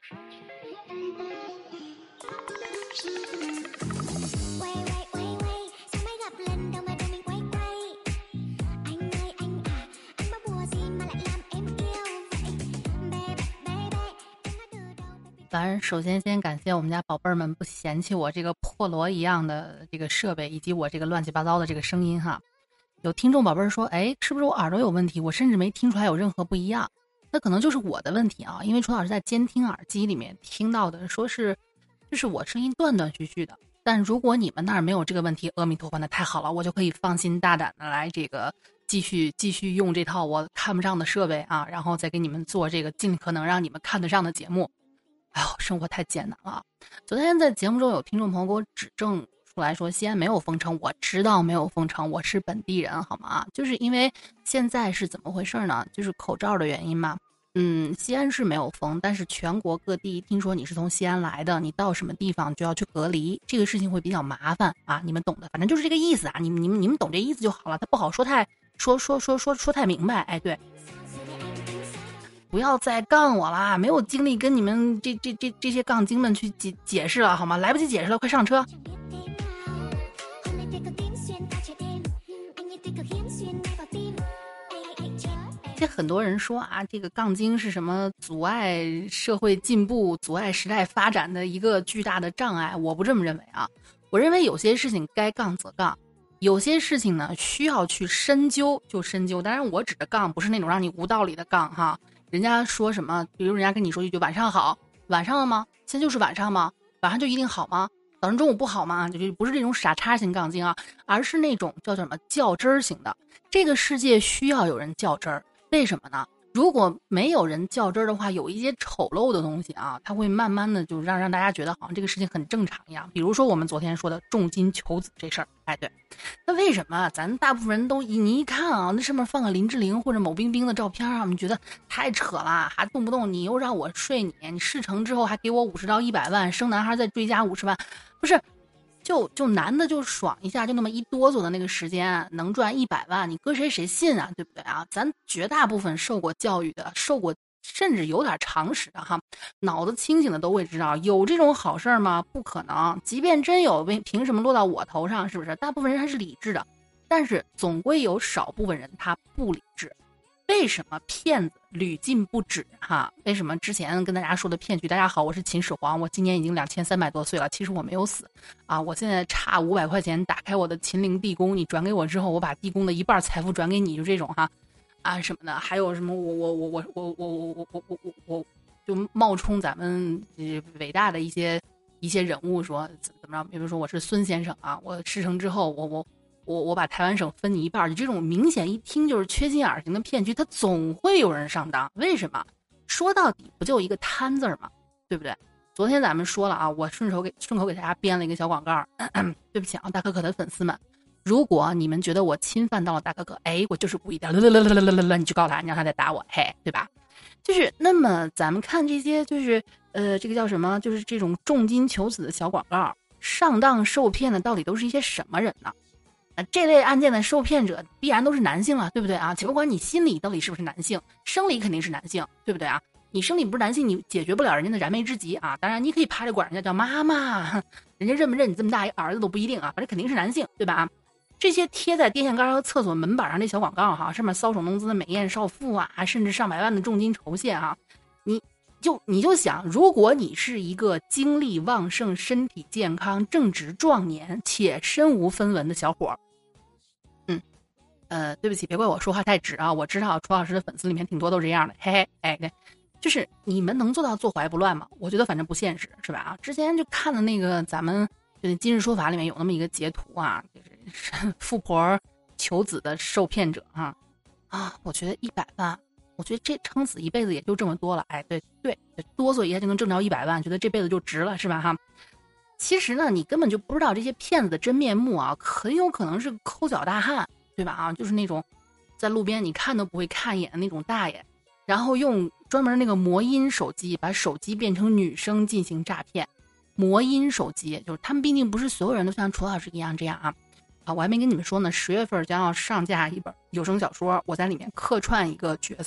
反正首先先感谢我们家宝贝儿们不嫌弃我这个破锣一样的这个设备，以及我这个乱七八糟的这个声音哈。有听众宝贝儿说，哎，是不是我耳朵有问题？我甚至没听出来有任何不一样。那可能就是我的问题啊，因为楚老师在监听耳机里面听到的说是，就是我声音断断续续的。但如果你们那儿没有这个问题，阿弥陀佛，那太好了，我就可以放心大胆的来这个继续用这套我看不上的设备啊，然后再给你们做这个尽可能让你们看得上的节目。哎呦，生活太艰难了。昨天在节目中有听众朋友给我指正出来说西安没有封城，我知道没有封城，我是本地人好吗？就是因为现在是怎么回事呢？就是口罩的原因嘛。西安是没有封，但是全国各地听说你是从西安来的，你到什么地方就要去隔离，这个事情会比较麻烦啊，你们懂的，反正就是这个意思啊，你们懂这意思就好了，它不好说太明白，哎，对。不要再杠我啦！没有精力跟你们这些杠精们去解释了，好吗？来不及解释了，快上车！这很多人说啊，这个杠精是什么阻碍社会进步、阻碍时代发展的一个巨大的障碍？我不这么认为啊！我认为有些事情该杠则杠，有些事情呢需要去深究就深究。当然，我指的杠不是那种让你无道理的杠哈。人家说什么，比如人家跟你说一句晚上好，晚上了吗？现在就是晚上吗？晚上就一定好吗？早上中午不好吗？就不是这种傻叉型杠精啊，而是那种叫什么较真儿型的。这个世界需要有人较真儿，为什么呢？如果没有人较真儿的话，有一些丑陋的东西啊，它会慢慢的就让大家觉得好像这个事情很正常一样。比如说我们昨天说的重金求子这事儿，哎，对，那为什么咱大部分人都你一看啊，那上面放个林志玲或者某冰冰的照片啊，我们觉得太扯了，还动不动你又让我睡你事成之后还给我50到100万，生男孩再追加50万，不是？就男的就爽一下，就那么一哆嗦的那个时间能赚100万，你搁谁信啊，对不对啊？咱绝大部分受过教育的，受过甚至有点常识的哈，脑子清醒的都会知道，有这种好事吗？不可能。即便真有，凭什么落到我头上？是不是？大部分人还是理智的，但是总归有少部分人他不理智。为什么骗子屡禁不止哈？为什么之前跟大家说的骗局？大家好，我是秦始皇，我今年已经2300多岁了，其实我没有死啊！我现在差500块钱打开我的秦陵地宫，你转给我之后，我把地宫的一半财富转给你，就这种哈啊什么的，还有什么我就冒充咱们伟大的一些人物说怎么着？比如说我是孙先生啊，我事成之后我把台湾省分你一半，就这种明显一听就是缺心眼型的骗局，它总会有人上当。为什么？说到底不就一个贪字吗？对不对？昨天咱们说了啊，我顺口给大家编了一个小广告。对不起啊，大可可的粉丝们，如果你们觉得我侵犯到了大可可，哎，我就是故意的，你去告他，你让他再打我，嘿，对吧？就是那么咱们看这些，就是这个叫什么？就是这种重金求子的小广告，上当受骗的到底都是一些什么人呢？这类案件的受骗者必然都是男性了，对不对啊？且不管你心理到底是不是男性，生理肯定是男性，对不对啊？你生理不是男性，你解决不了人家的燃眉之急啊。当然，你可以趴着管人家叫妈妈，人家认不认你这么大一儿子都不一定啊。反正肯定是男性，对吧？这些贴在电线杆和厕所门板上这小广告哈，上面搔首弄姿的美艳少妇啊，甚至上百万的重金酬谢啊，你就想，如果你是一个精力旺盛、身体健康、正值壮年且身无分文的小伙儿。对不起，别怪我说话太直啊！我知道楚老师的粉丝里面挺多都是这样的，嘿嘿，哎，对，就是你们能做到坐怀不乱吗？我觉得反正不现实，是吧？啊，之前就看了那个咱们就《今日说法》里面有那么一个截图啊，就是富婆求子的受骗者我觉得100万，我觉得这撑死一辈子也就这么多了，哎，对，哆嗦一下就能挣着100万，觉得这辈子就值了，是吧？哈。其实呢，你根本就不知道这些骗子的真面目啊，很有可能是抠脚大汉。对吧啊，就是那种在路边你看都不会看一眼的那种大爷，然后用专门那个魔音手机把手机变成女生进行诈骗。魔音手机就是他们毕竟不是所有人都像楚老师一样这样啊，我还没跟你们说呢，10月份将要上架一本有声小说，我在里面客串一个角色，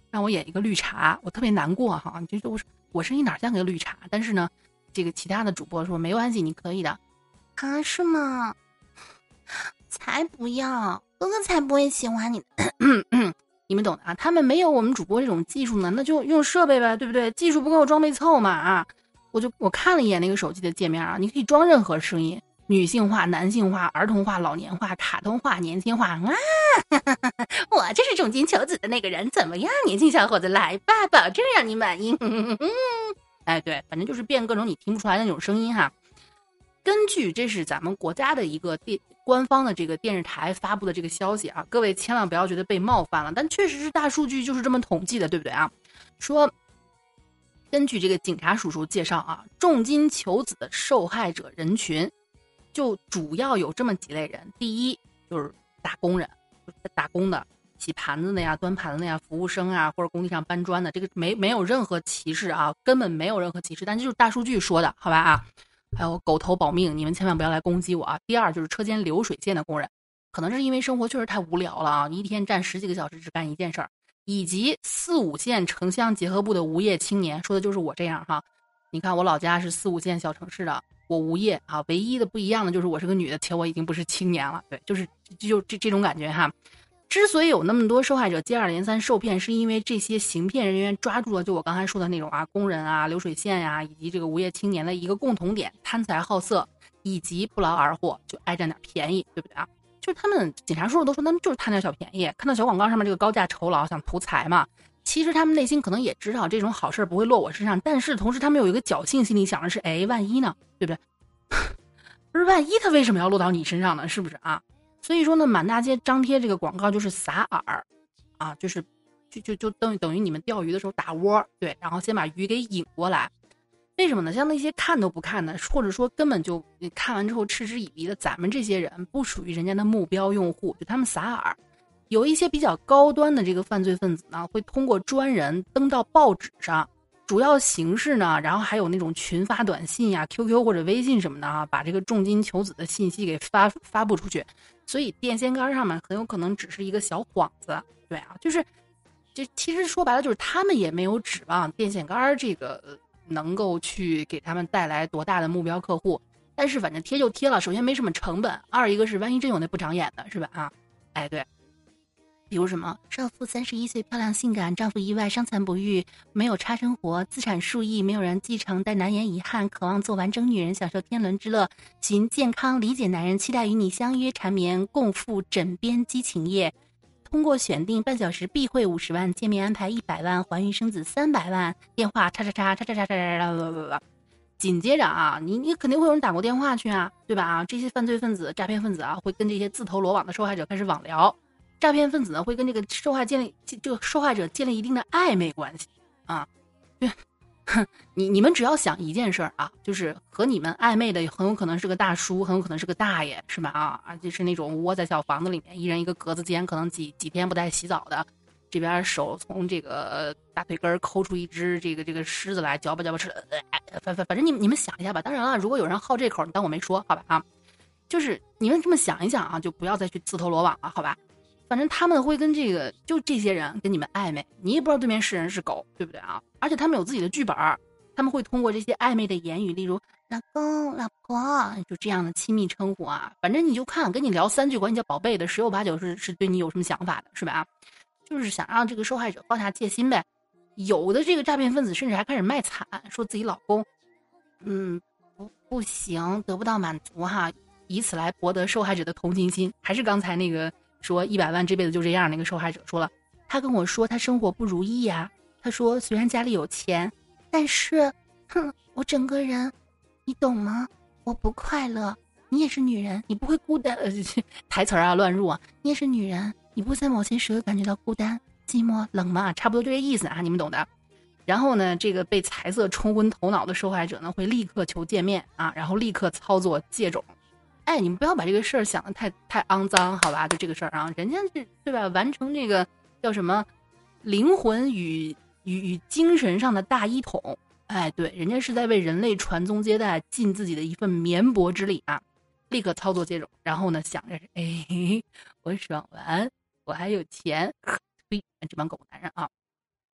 让我演一个绿茶，我特别难过哈，就是我声音哪像个绿茶？但是呢，这个其他的主播说没关系，你可以的。 啊，是吗？才不要，哥哥才不会喜欢你。 你们懂的啊，他们没有我们主播这种技术呢，那就用设备呗，对不对？技术不够，装备凑嘛啊！我看了一眼那个手机的界面啊，你可以装任何声音，女性化、男性化、儿童化、老年化、卡通化、年轻化啊！我就是重金求子的那个人，怎么样，年轻小伙子，来吧，保证让你满意。哎，对，反正就是变各种你听不出来的那种声音哈。根据这是咱们国家的一个官方的这个电视台发布的这个消息啊，各位千万不要觉得被冒犯了，但确实是大数据就是这么统计的，对不对啊？说根据这个警察叔叔介绍啊，重金求子的受害者人群就主要有这么几类人。第一就是打工人，就是打工的，洗盘子的呀、端盘子的呀、服务生啊，或者工地上搬砖的，这个没有任何歧视啊，根本没有任何歧视，但这就是大数据说的，好吧啊？还有狗头保命，你们千万不要来攻击我啊！第二就是车间流水线的工人，可能是因为生活确实太无聊了啊，一天站10几个小时只干一件事儿，以及4、5线城乡结合部的无业青年，说的就是我这样哈。你看我老家是4、5线小城市的，我无业啊，唯一的不一样的就是我是个女的，且我已经不是青年了，对，就是这种感觉哈。之所以有那么多受害者接二连三受骗，是因为这些行骗人员抓住了就我刚才说的那种啊，工人啊、流水线呀、以及这个无业青年的一个共同点：贪财好色以及不劳而获，就爱占点便宜，对不对啊？就是他们警察叔叔都说他们就是贪点小便宜，看到小广告上面这个高价酬劳想图财嘛。其实他们内心可能也知道这种好事不会落我身上，但是同时他们有一个侥幸心理，想的是，哎，万一呢，对不对？不是万一他为什么要落到你身上呢？是不是啊？所以说呢，满大街张贴这个广告就是撒饵，啊，就是就等于你们钓鱼的时候打窝，对，然后先把鱼给引过来。为什么呢？像那些看都不看的，或者说根本就看完之后嗤之以鼻的，咱们这些人不属于人家的目标用户，就他们撒饵。有一些比较高端的这个犯罪分子呢，会通过专人登到报纸上，主要形式呢，然后还有那种群发短信呀、QQ 或者微信什么的啊，把这个重金求子的信息给发布出去。所以电线杆上面很有可能只是一个小幌子，对啊，就其实说白了就是他们也没有指望电线杆这个能够去给他们带来多大的目标客户，但是反正贴就贴了，首先没什么成本，二一个是万一真有那不长眼的，是吧啊？哎，对。比如什么少妇31岁漂亮性感，丈夫意外伤残不育，没有差生活，资产数亿，没有人继承，但难言遗憾，渴望做完整女人，享受天伦之乐，寻健康理解男人，期待与你相约缠绵，共赴枕边激情夜。通过选定半小时必会50万，见面安排100万，怀孕生子300万，电话叉叉叉叉叉叉叉叉。紧接着啊，你肯定会有人打过电话去啊，对吧啊？这些犯罪分子、诈骗分子啊，会跟这些自投罗网的受害者开始网聊。诈骗分子呢会跟这个受害者建立一定的暧昧关系啊，对，你们只要想一件事啊，就是和你们暧昧的很有可能是个大叔，很有可能是个大爷，是吧啊？就是那种窝在小房子里面，一人一个格子间，可能几天不带洗澡的，这边手从这个大腿根抠出一只这个狮子来，嚼吧嚼吧吃，反正你们想一下吧。当然了，如果有人好这口，你当我没说，好吧啊？就是你们这么想一想啊，就不要再去自投罗网了，好吧？反正他们会跟这些人跟你们暧昧，你也不知道对面是人是狗，对不对啊？而且他们有自己的剧本，他们会通过这些暧昧的言语，例如老公、老婆，就这样的亲密称呼啊。反正你就看，跟你聊3句管你叫宝贝的，十有八九是对你有什么想法的，是吧？就是想让这个受害者放下戒心呗。有的这个诈骗分子甚至还开始卖惨，说自己老公，不行，得不到满足哈，以此来博得受害者的同情心。还是刚才那个。说100万这辈子就这样，那个受害者说了，他跟我说他生活不如意呀。他说虽然家里有钱，但是，我整个人，你懂吗？我不快乐。你也是女人，你不会孤单。台词啊乱入啊，你也是女人，你不会在某些时刻感觉到孤单、寂寞、冷吗？差不多就这意思啊，你们懂的。然后呢，这个被财色冲昏头脑的受害者呢，会立刻求见面啊，然后立刻操作借种。哎，你们不要把这个事儿想得太肮脏，好吧？就这个事儿啊，人家是对吧？完成这个叫什么灵魂与精神上的大一统。哎，对，人家是在为人类传宗接代，尽自己的一份绵薄之力啊！立刻操作接种，然后呢，想着哎，我爽完，我还有钱，呸！这帮狗男人啊！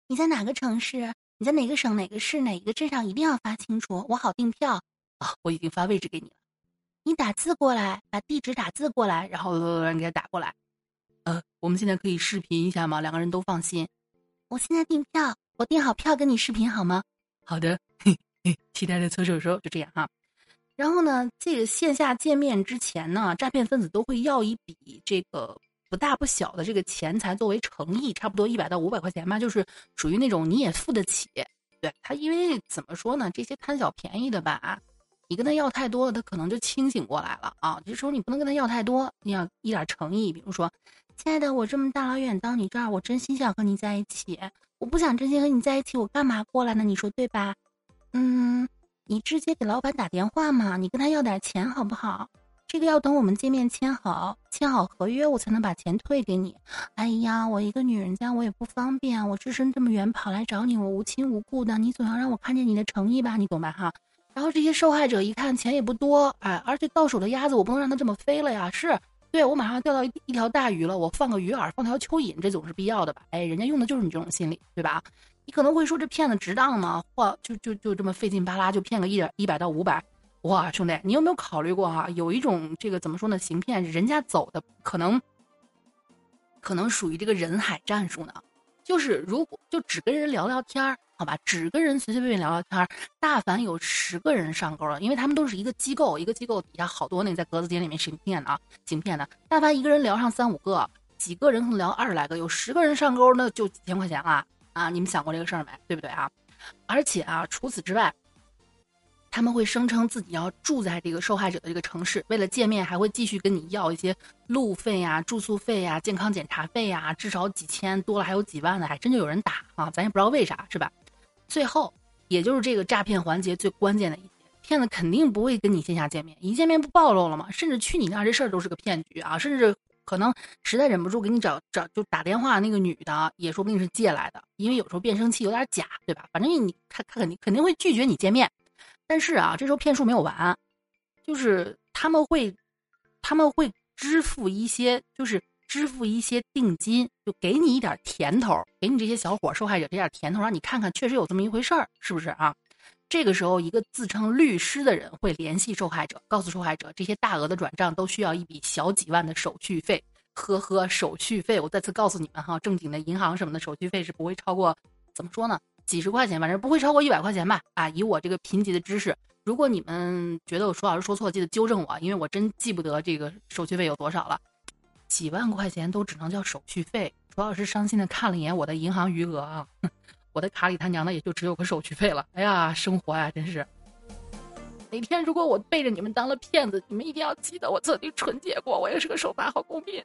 你在哪个城市？你在哪个省、哪个市、哪一个镇上？一定要发清楚，我好订票。 我已经发位置给你了。 你打字过来，把地址打字过来， 然后给他打过来。我们现在可以视频一下吗？两个人都放心。 我现在订票，我订好票跟你视频好吗？ 好的，期待的搓手手，就这样哈。然后呢，这个线下见面之前呢，诈骗分子都会要一笔这个不大不小的这个钱财作为诚意，差不多100到500块钱吧，就是属于那种你也付得起。对他，因为怎么说呢，这些贪小便宜的吧，你跟他要太多了，他可能就清醒过来了啊。这时候你不能跟他要太多，你要一点诚意，比如说， 亲爱的，我这么大老远到你这儿，我真心想和你在一起，我不想真心和你在一起，我干嘛过来呢？你说对吧？你直接给老板打电话嘛，你跟他要点钱好不好？这个要等我们见面签好合约，我才能把钱退给你。哎呀，我一个女人家我也不方便，我只身这么远跑来找你，我无亲无故的，你总要让我看见你的诚意吧，你懂吧哈？然后这些受害者一看钱也不多，而且到手的鸭子我不能让它这么飞了呀，是对我马上钓到一条大鱼了，我放个鱼饵，放条蚯蚓，这总是必要的吧？人家用的就是你这种心理，对吧？你可能会说这骗子值当吗？或就这么费劲巴拉就骗个100到500，哇，兄弟，你有没有考虑过哈？有一种这个怎么说呢？行骗人家走的可能属于这个人海战术呢，就是如果就只跟人聊聊天好吧，只跟人随随便便聊聊天大凡有10个人上钩了，因为他们都是一个机构底下好多那在格子间里面行骗的，大凡一个人聊上3、5个，几个人可能聊20来个，有10个人上钩，那就几千块钱了。你们想过这个事儿没？对不对啊？而且除此之外，他们会声称自己要住在这个受害者的这个城市，为了见面还会继续跟你要一些路费呀、住宿费呀、健康检查费呀，至少几千，多了还有几万的，还真就有人打啊！咱也不知道为啥，是吧？最后，也就是这个诈骗环节最关键的一点，骗子肯定不会跟你线下见面，一见面不暴露了吗？甚至去你那这事儿都是个骗局啊！甚至可能实在忍不住给你找就打电话那个女的也说不定是借来的，因为有时候变声器有点假，对吧？反正他肯定会拒绝你见面，但是这时候骗术没有完，就是他们会支付一些定金，就给你一点甜头，给你这些小伙受害者这点甜头，让你看看确实有这么一回事儿，是不是啊？这个时候，一个自称律师的人会联系受害者，告诉受害者这些大额的转账都需要一笔小几万的手续费。手续费，我再次告诉你们哈，正经的银行什么的手续费是不会超过，怎么说呢，几十块钱，反正不会超过100块钱吧。以我这个贫瘠的知识，如果你们觉得我楚老师说错，记得纠正我，因为我真记不得这个手续费有多少了。几万块钱都只能叫手续费。楚老师伤心的看了一眼我的银行余额啊。我的卡里他娘的也就只有个手续费了。哎呀，生活呀，真是。哪天如果我背着你们当了骗子，你们一定要记得我曾经纯洁过，我也是个守法好公民。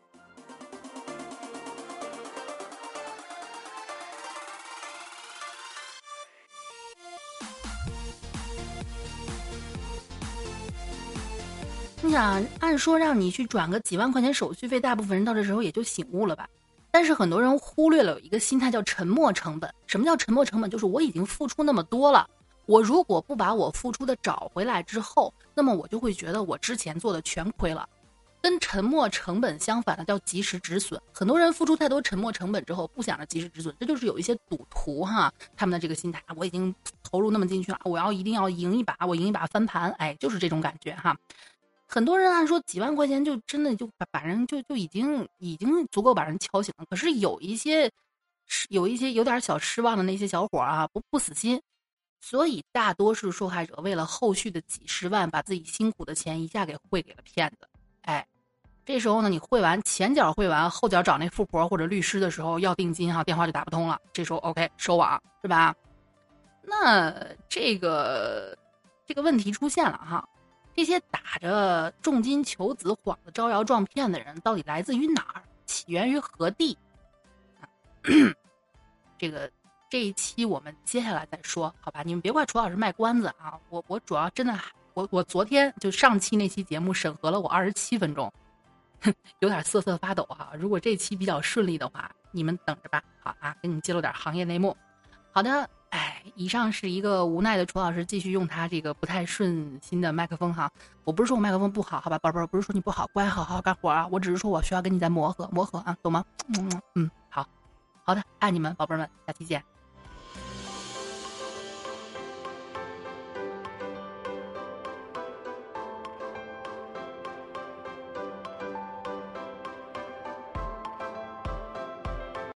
你想，按说让你去转个几万块钱手续费，大部分人到这时候也就醒悟了吧。但是很多人忽略了有一个心态叫沉没成本。什么叫沉没成本？就是我已经付出那么多了，我如果不把我付出的找回来之后，那么我就会觉得我之前做的全亏了。跟沉没成本相反的叫及时止损。很多人付出太多沉没成本之后，不想着及时止损，这就是有一些赌徒哈，他们的这个心态，我已经投入那么进去了，我一定要赢一把，我赢一把翻盘，就是这种感觉哈。很多人按说几万块钱就真的就把人就已经足够把人敲醒了，可是有一些有点小失望的那些小伙不死心，所以大多数受害者为了后续的几十万，把自己辛苦的钱一下给汇给了骗子。这时候呢，你汇完前脚汇完，后脚找那富婆或者律师的时候要定金电话就打不通了，这时候 OK 收网是吧？那这个问题出现了哈。这些打着重金求子幌子招摇撞骗的人到底来自于哪儿？起源于何地？这一期我们接下来再说，好吧？你们别怪楚老师卖关子啊！我主要真的我昨天就上期那期节目审核了我27分钟，有点瑟瑟发抖哈。如果这期比较顺利的话，你们等着吧。好给你们揭露点行业内幕。好的。以上是一个无奈的楚老师继续用他这个不太顺心的麦克风哈。我不是说我麦克风不好，好吧，宝贝儿，不是说你不好，乖，好好干活啊。我只是说我需要跟你再磨合啊，懂吗？好的，爱你们，宝贝儿们，下期见。